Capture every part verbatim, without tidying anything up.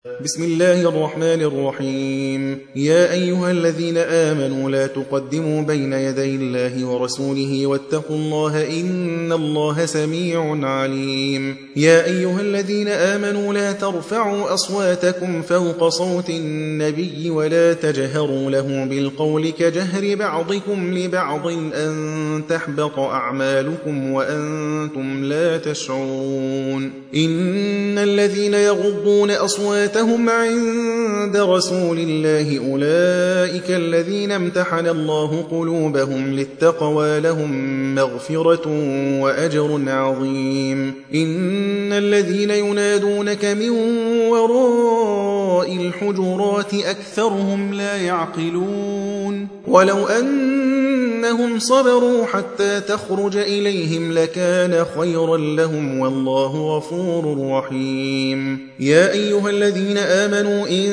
بسم الله الرحمن الرحيم. يا أيها الذين آمنوا لا تقدموا بين يدي الله ورسوله واتقوا الله إن الله سميع عليم. يا أيها الذين آمنوا لا ترفعوا أصواتكم فوق صوت النبي ولا تجهروا له بالقول كجهر بعضكم لبعض أن تحبط أعمالكم وأنتم لا تشعرون. إن الذين يغضون أصواتهم عند رسول الله أولئك الذين امتحن الله قلوبهم للتقوى لهم مغفرة وأجر عظيم. إن الذين ينادونك من وراء الحجرات أكثرهم لا يعقلون. ولو أنهم صبروا حتى تخرج إليهم لكان خيرا لهم والله غفور رحيم. يا أيها الذين آمنوا إن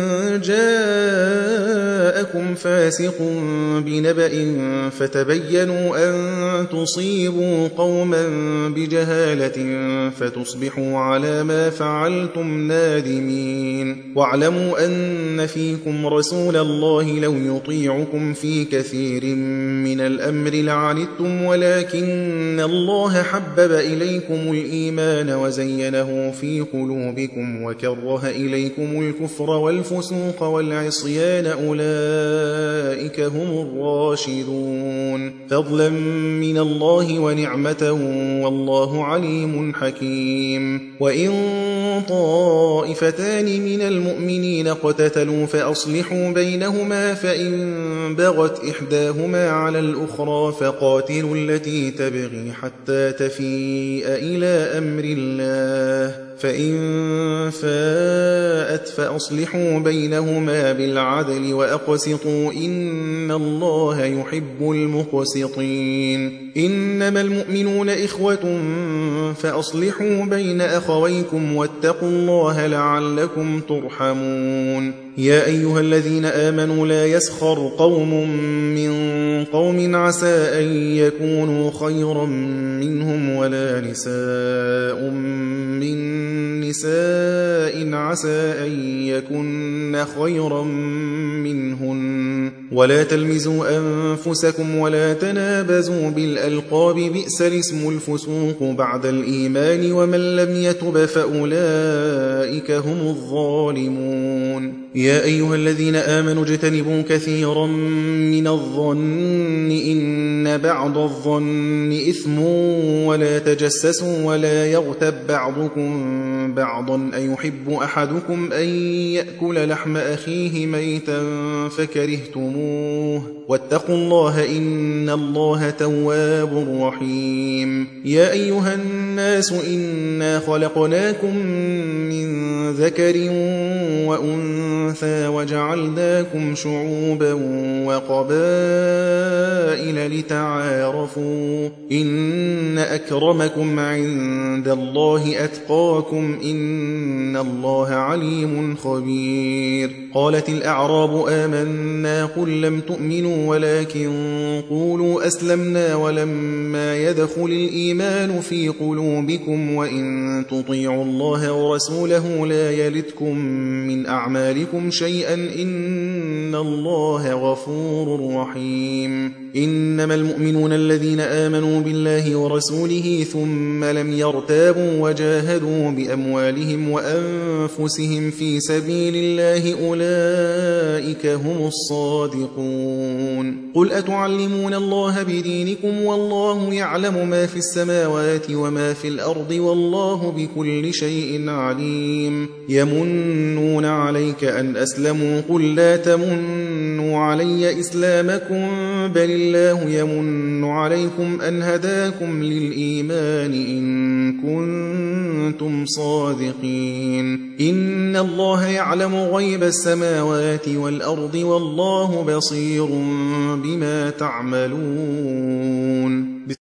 جاءكم فاسق بنبأ فتبينوا أن تصيبوا قوما بجهالة فتصبحوا على ما فعلتم نادمين. واعلموا أن فيكم رسول الله لو يطيعكم في كثير من الأمر لعنتم ولكن الله حبب إليكم الإيمان وزينه في قلوبكم وكره إليكم الكفر والفسوق والعصيان أولئك هم الراشدون فضلا من الله ونعمة والله عليم حكيم. وإن طائفتان من المؤمنين اقتتلوا فأصلحوا بينهما فإن بغت إحداهما على الأخرى فقاتلوا التي تبغي حتى تفيء إلى أمر الله فإن فاءت فأصلحوا بينهما بالعدل وأقسطوا إن الله يحب المقسطين. إنما المؤمنون إخوة فأصلحوا بين أخويكم واتقوا الله لعلكم ترحمون. يا أيها الذين آمنوا لا يسخر قوم من قوم عسى أن يكونوا خيرا منهم ولا نساء من نساء عسى أن يكن خيرا منهن ولا تلمزوا أنفسكم ولا تنابزوا بالألقاب بئس الاسم الفسوق بعد الإيمان ومن لم يتب فأولئك هم الظالمون. يا أيها الذين آمنوا اجتنبوا كثيرا من الظن إن بعض الظن إثم ولا تجسسوا ولا يغتب بعضكم بعضا أيحب أحدكم أن يأكل لحم أخيه ميتا فكرهتموه واتقوا الله إن الله تواب رحيم. يا أيها الناس إنا خلقناكم من ذكر وأنثى وجعلناكم شعوبا وقبائل لتعارفوا إن أكرمكم عند الله أتقاكم إن الله عليم خبير. قالت الأعراب آمنا قل لم تؤمنوا ولكن قولوا أسلمنا ولما يدخل الإيمان في قلوبكم وإن تطيعوا الله ورسوله لا يلتكم من أعمالكم شيئا إن الله غفور رحيم. إنما المؤمنون الذين آمنوا بالله ورسوله ثم لم يرتابوا وجاهدوا بأموالهم وأنفسهم في سبيل الله أولئك هم الصادقون. قل أتعلمون الله بدينكم والله يعلم ما في السماوات وما في الأرض والله بكل شيء عليم. يمنون عليك أن أسلموا قل لا تمنوا علي إسلامكم بل الله يمن عليكم أن هداكم للإيمان إن كنتم صادقين. إن الله يعلم غيب السماوات والأرض والله بصير بما تعملون.